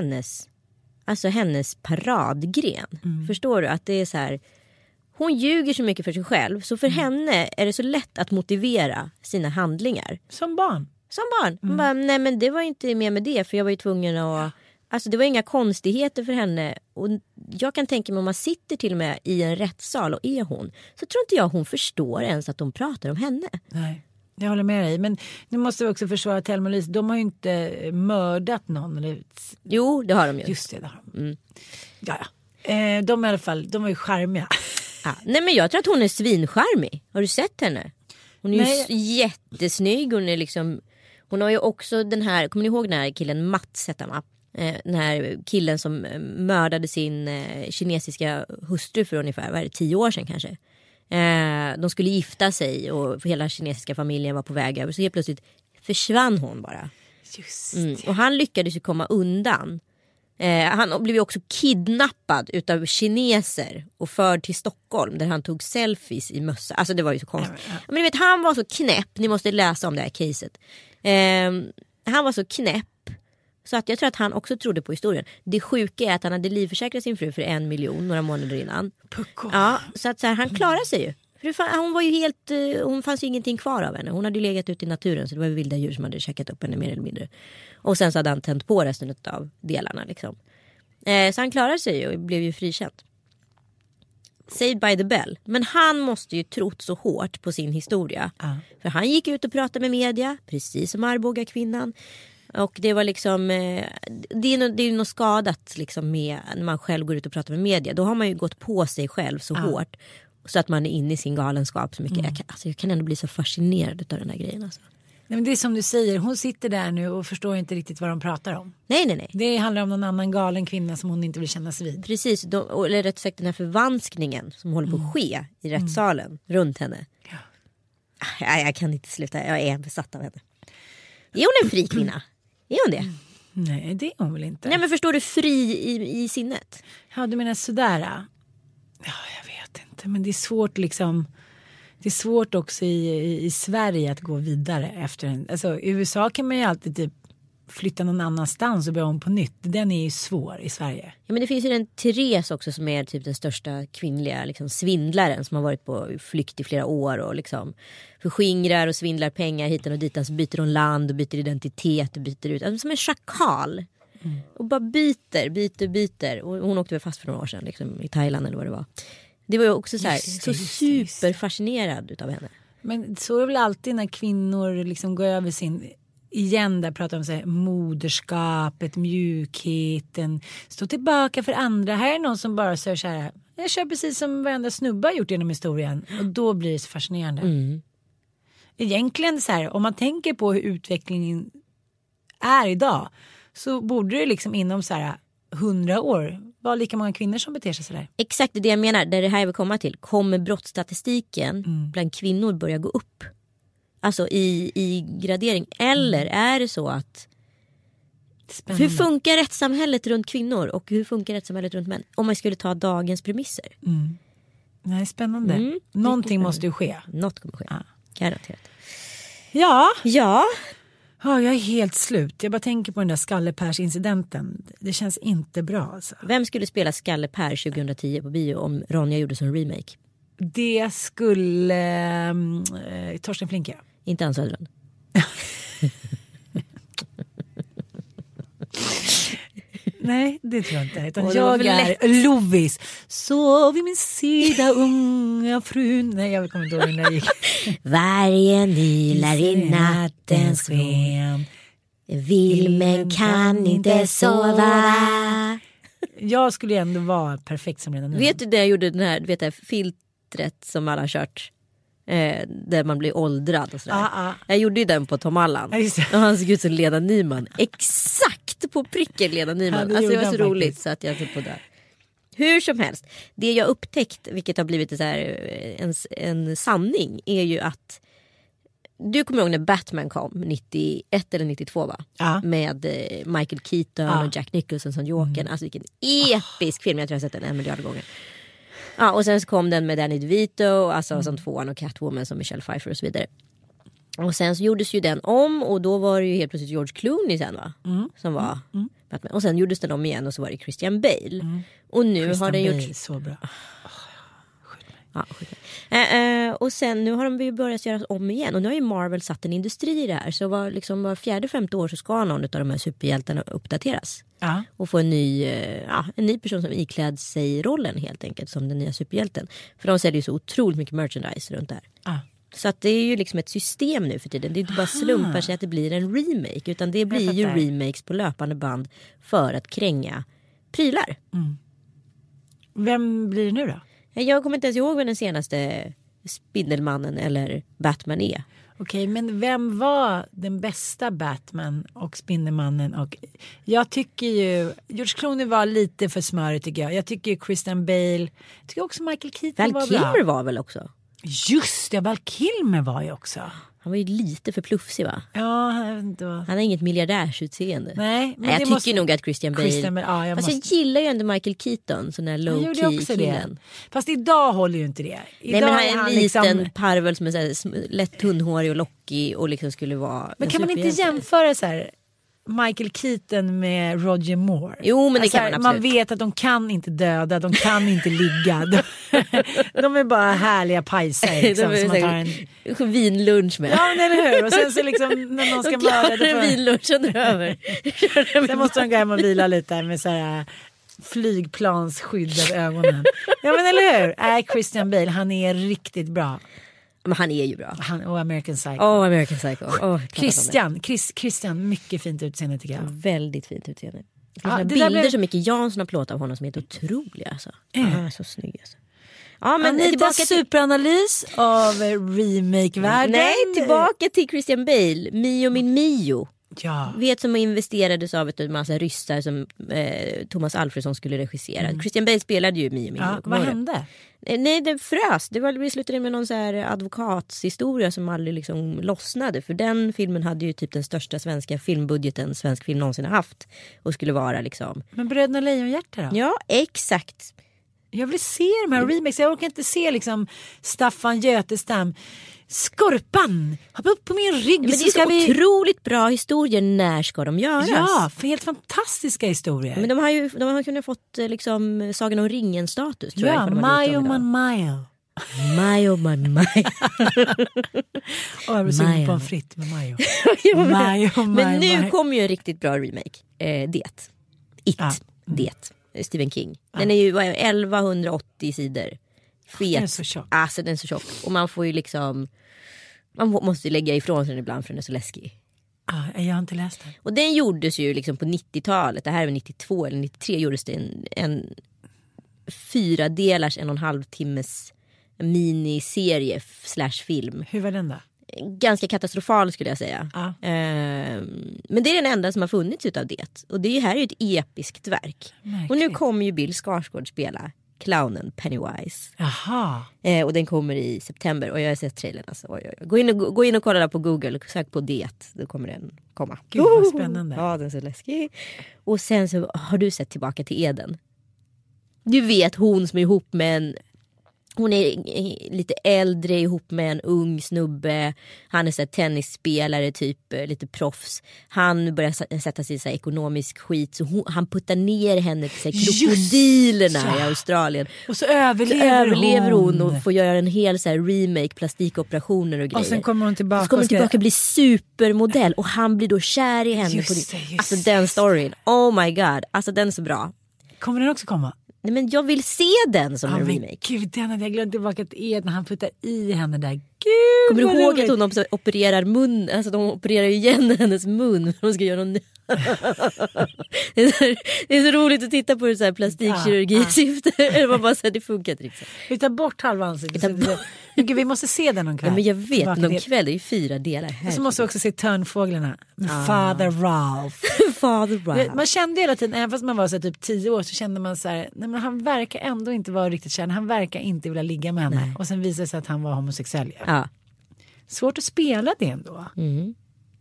hennes paradgren. Förstår du? Att det är så här, hon ljuger så mycket för sig själv, så för henne är det så lätt att motivera sina handlingar. Som barn. Hon bara, nej men det var inte mer med det för jag var ju tvungen att... Alltså det var inga konstigheter för henne. Och jag kan tänka mig om man sitter till och med i en rättssal och är hon, så tror inte jag hon förstår ens att de pratar om henne. Nej, jag håller med dig. Men nu måste vi också försvara Thelma och Louise. De har ju inte mördat någon. Eller... Jo, det har de ju. Just det, har de. Ja. De i alla fall, de var ju charmiga. Nej, men jag tror att hon är svincharmig. Har du sett henne? Hon är ju jättesnygg. Hon är liksom... Hon har ju också den här... Kommer ni ihåg den här killen Mats hette han? Den här killen som mördade sin kinesiska hustru för ungefär 10 år sedan kanske. De skulle gifta sig och hela kinesiska familjen var på väg över. Så helt plötsligt försvann hon bara. Just det. Och han lyckades ju komma undan. Han blev ju också kidnappad utav kineser och förd till Stockholm där han tog selfies i mössa. Alltså det var ju så konstigt. Men ni vet, han var så knäpp. Ni måste läsa om det här caset. Han var så knäpp så att jag tror att han också trodde på historien. Det sjuka är att han hade livförsäkrat sin fru för 1 miljon några månader innan. Pucko. Ja, så att så här, han klarade sig ju. För hon var ju helt, hon fanns ju ingenting kvar av henne. Hon hade ju legat ute i naturen, så det var vilda djur som hade käkat upp henne mer eller mindre. Och sen så hade han tänt på resten av delarna liksom. Så han klarade sig ju och blev ju frikänd. Saved by the bell. Men han måste ju trott så hårt på sin historia. För han gick ut och pratade med media, precis som Arboga-kvinnan. Och det var liksom, det är något skadat liksom med när man själv går ut och pratar med media. Då har man ju gått på sig själv så hårt. Så att man är inne i sin galenskap så mycket. Jag kan ändå bli så fascinerad av den här grejen. Alltså. Nej, men det är som du säger, hon sitter där nu och förstår inte riktigt vad de pratar om. Nej. Det handlar om någon annan galen kvinna som hon inte vill kännas vid. Precis, eller rätt sagt den här förvanskningen som håller på att ske i rättssalen runt henne. Ja. Jag kan inte sluta, jag är besatt av henne. Är hon en fri kvinna? Är hon det? Nej, det är hon väl inte. Nej, men förstår du, fri i sinnet? Ja, du menar sådär. Ja, jag vet inte. Men det är svårt liksom. Det är svårt också i Sverige att gå vidare efter en. Alltså i USA kan man ju alltid typ flytta någon annanstans och börja om på nytt. Den är ju svår i Sverige. Ja, men det finns ju en Therese också som är typ den största kvinnliga liksom, svindlaren som har varit på flykt i flera år och liksom förskingrar och svindlar pengar hiten och ditan, så byter hon land och byter identitet och byter ut. Alltså, som en schakal. Och bara byter. Och hon åkte väl fast för några år sedan liksom, i Thailand eller vad det var. Det var ju också så här, Just så det. superfascinerad utav henne. Men så är det väl alltid när kvinnor liksom går över sin, igen där pratar om så här, moderskapet, mjukheten, stå tillbaka för andra. Här är någon som bara säger så här, jag kör precis som varenda snubba har gjort genom historien. Och då blir det så fascinerande. Egentligen så här, om man tänker på hur utvecklingen är idag, så borde det liksom inom så här 100 år vara lika många kvinnor som beter sig så där. Exakt det jag menar, där det här vill komma till. Kommer brottsstatistiken bland kvinnor börja gå upp? Alltså i gradering. Eller är det så att Spännande. hur funkar rättssamhället runt kvinnor och hur funkar rättssamhället runt män? Om man skulle ta dagens premisser. Nej, spännande. Någonting måste ju ske. Något kommer ske. Garanterat. Ja. Ja. Ja, jag är helt slut. Jag bara tänker på den där Skalle-Pers-incidenten. Det känns inte bra alltså. Vem skulle spela Skalle Per 2010 på bio om Ronja gjorde som remake? Det skulle Torsten Flinck. Inte Ann Söderlund. Nej, det tror jag inte. Utan Åh, det var jag för är Lovis. Sov vid min sida unga frun. Nej, jag kommer inte ihåg när det gick. Vargen ylar i nattens sken. Vilmen kan inte sova. Jag skulle ju ändå vara perfekt som redan nu. Vet du det jag gjorde den här, du vet det här filtret som alla har kört? Där man blir åldrad och sådär. Jag gjorde ju den på Tom Allan. Ja, just det. Och han såg ut som Lena Nyman. Exakt på pricken Lena Nyman. Ja, det alltså det gjorde var så han roligt faktiskt. så att jag tog på det. Hur som helst. Det jag upptäckt, vilket har blivit så här, en sanning, är ju att du kommer ihåg när Batman kom 91 eller 92 va? Ja. Med Michael Keaton och Jack Nicholson som Jokern. Alltså vilken episk film. Jag tror jag har sett den 1 miljard gånger. Ja, och sen så kom den med Danny DeVito, alltså som tvåan, och Catwoman som Michelle Pfeiffer och så vidare. Och sen så gjordes ju den om, och då var det ju helt plötsligt George Clooney sen va? Som var Batman. Och sen gjordes den om igen och så var det Christian Bale. Och nu Christian har den Bale, gjort... så bra. Ja, och sen nu har de ju börjat göra om igen. Och nu har ju Marvel satt en industri i det här. Så var 4-5 år så ska någon av de här superhjältarna uppdateras. Ja. Och få en ny person som ikläd sig rollen helt enkelt som den nya superhjälten. För de säljer ju så otroligt mycket merchandise runt där. Ja. Så att det är ju liksom ett system nu för tiden. Det är inte bara slumpar sig att det blir en remake. Utan det blir ju remakes på löpande band för att kränga prylar. Vem blir det nu då? Jag kommer inte ens ihåg vem den senaste Spindelmannen eller Batman är. Okej, men vem var den bästa Batman och Spindelmannen? Och jag tycker ju George Clooney var lite för smörig tycker jag. Jag tycker ju Christian Bale, jag tycker också Michael Keaton var bra. Val Kilmer var väl också? Just det, Val Kilmer var ju också. Han var ju lite för pluffig va? Ja, jag vet inte vad. Han har inget miljardärsutseende. Nej, men jag det tycker måste... nog att Christian Bale... Ja, jag jag gillar ju ändå Michael Keaton, sån där low-key killen. Fast idag håller ju inte det. Idag Nej, men han är en liten liksom... parvel som är så här, lätt tunnhårig och lockig och liksom skulle vara... Men kan man inte jämföra så här Michael Keaton med Roger Moore? Jo, men det kan man absolut. Man vet att de kan inte döda, de kan inte ligga. De är bara härliga pajsar liksom, som man tar en vinlunch med. Ja, men eller hur? Och sen så liksom när någon ska mörda en vinlunch över. Sen måste de gå hem och vila lite med så här flygplansskydd över ögonen. Ja, men eller hur? Christian Bale, han är riktigt bra. Men han är ju bra. Och American Psycho. American Psycho. Christian, mycket fint utseende tycker jag. Väldigt fint utseende. Det Ja, finns bilder som Micke Jansson har plåtat av honom som är otroliga. Alltså. Han är så snygg. Alltså. Ja, men Anita superanalys av remake-världen. Nej, tillbaka till Christian Bale. Mio min Mio. Ja. Vet som investerades av en massa ryssar som Thomas Alfredsson skulle regissera. Christian Bale spelade ju Mio min Mio. Vad hände? Nej, det frös. Det slutade med någon så här advokatshistoria som aldrig liksom lossnade. För den filmen hade ju typ den största svenska filmbudgeten svensk film någonsin har haft. Och skulle vara liksom... Men Bröderna Lejonhjärta då? Ja, exakt. Jag vill se de här remakes. Jag orkar inte se liksom Staffan Götestam. Skorpan! Hoppa upp på min rygg. Men det är så otroligt bra historier. När ska de göras? Ja, för helt fantastiska historier. Men de har kunnat fått liksom Sagan om ringen-status tror jag. Ja, Mayo man Mayo. Mayo man Mayo. Jag blir sugen på en fritt med Mayo. Men nu kommer ju en riktigt bra remake. Det. Stephen King. Den är ju 1180 sidor. Fet. Den är så tjock. Alltså den är så tjock. Och man får ju liksom, man måste ju lägga ifrån sig den ibland för den är så läskig. Jag har inte läst den. Och den gjordes ju liksom på 90-talet. Det här är väl 92 eller 93 gjordes det en 4-delars 1,5 timmes miniserie / film. Hur var den då? Ganska katastrofal skulle jag säga. Men det är den enda som har funnits utav det. Och det här är ju ett episkt verk. Märkligt. Och nu kommer ju Bill Skarsgård spela clownen Pennywise. Jaha. Och den kommer i september. Och jag har sett trailern. Alltså. Gå in och kolla där på Google och sök på det. Då kommer den komma. Gud vad spännande. Ja, den är så läskig. Och sen så har du sett Tillbaka till Eden. Du vet hon som är ihop med en... Hon är lite äldre ihop med en ung snubbe. Han är så här tennisspelare, typ lite proffs. Han börjar sätta sig i så här ekonomisk skit. Så han puttar ner henne till så här krokodilerna i Australien. Och så överlever hon och får göra en hel så här remake, plastikoperationer och grejer. Och sen kommer hon tillbaka. Så kommer hon tillbaka och blir supermodell. Och han blir då kär i henne. Alltså den storyn. Oh my god. Alltså den är så bra. Kommer den också komma? Nej, men jag vill se den som en remake. Gud, den hade jag glömt tillbaka till när han puttar i henne där. Gud, kommer du ihåg att hon opererar mun? Alltså de opererar ju igen hennes mun. De ska göra någon... det är så roligt att titta på det så här plastikkirurgi-syfte. Eller man bara säger det funkar inte riktigt. Vi tar bort halva ansiktet. Vi måste se den någon kväll. Ja, men jag vet, någon kväll är ju 4 delar här. Så måste vi också se Törnfåglarna. Father Ralph. Father Ralph. Man kände hela tiden, även fast man var så typ 10 år, så kände man så här, nej men han verkar ändå inte vara riktigt kär. Han verkar inte vilja ligga med henne. Nej. Och sen visade det sig att han var homosexuell. Ja. Svårt att spela det ändå. Mm.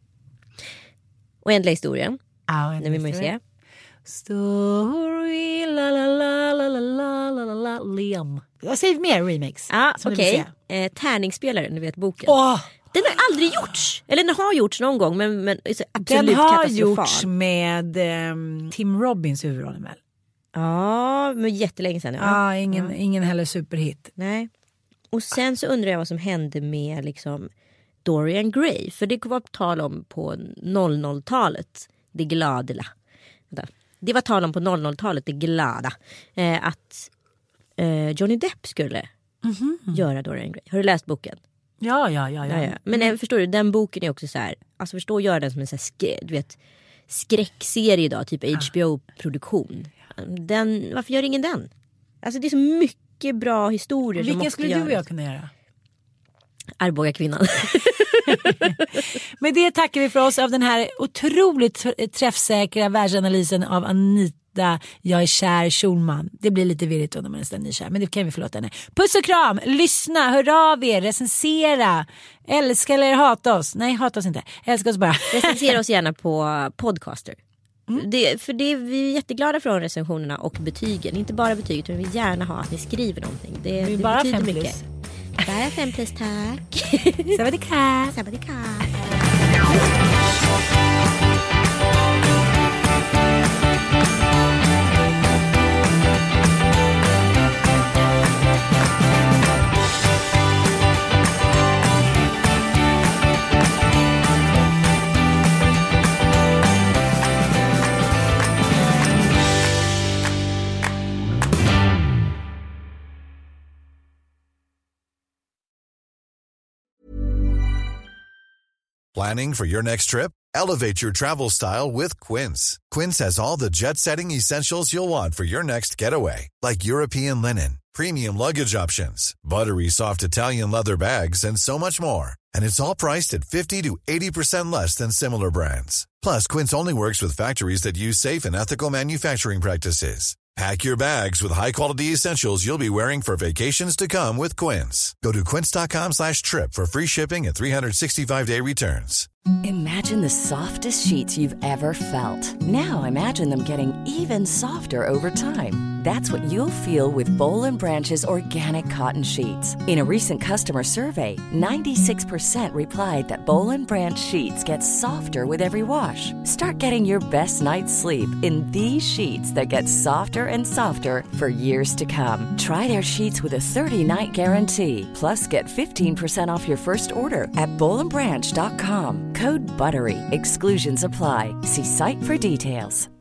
Och ändliga historien. Ja, den vill man ju se. Story la la la la la la la la Liam. Jag säger mer remakes. Ja, okej. Tärningsspelaren, du vet boken. Den har aldrig gjorts. Eller den har gjorts någon gång, men absolut den har katastrofal. Gjorts med Tim Robbins huvudrollen väl? Ja, men jättelänge sedan. Ja, ingen heller superhit. Nej. Och sen så undrar jag vad som hände med liksom Dorian Gray. För det var tal om på 00-talet. Det glada. Det var tal om på 00-talet, det glada. Att Johnny Depp skulle göra Dorian Gray. Har du läst boken? Ja. Men förstår du, den boken är också så här. Alltså förstå att göra den som en så här skräckserie idag. Typ HBO-produktion. Varför gör ingen den? Alltså det är så mycket bra historier. Vilken skulle du och jag kunna göra? Arboga kvinnan. Med det tackar vi för oss av den här otroligt träffsäkra världsanalysen av Anita Jag är kär Schulman. Det blir lite virrigt då när man är nykär, men det kan vi förlåta henne. Puss och kram, lyssna, hör av er, recensera, älska eller hata oss. Nej, hata oss inte, älska oss bara. Recensera oss gärna på Podcaster. Vi är jätteglada för recensionerna och betygen. Inte bara betyg, utan vi vill gärna ha att ni skriver någonting. Det bara betyder 5+. mycket. Bara 5+, tack. Savadika. Planning for your next trip? Elevate your travel style with Quince. Quince has all the jet-setting essentials you'll want for your next getaway, like European linen, premium luggage options, buttery soft Italian leather bags, and so much more. And it's all priced at 50 to 80% less than similar brands. Plus, Quince only works with factories that use safe and ethical manufacturing practices. Pack your bags with high-quality essentials you'll be wearing for vacations to come with Quince. Go to quince.com/trip for free shipping and 365-day returns. Imagine the softest sheets you've ever felt. Now imagine them getting even softer over time. That's what you'll feel with Boll & Branch's organic cotton sheets. In a recent customer survey, 96% replied that Boll & Branch sheets get softer with every wash. Start getting your best night's sleep in these sheets that get softer and softer for years to come. Try their sheets with a 30-night guarantee. Plus, get 15% off your first order at bollandbranch.com. Code BUTTERY. Exclusions apply. See site for details.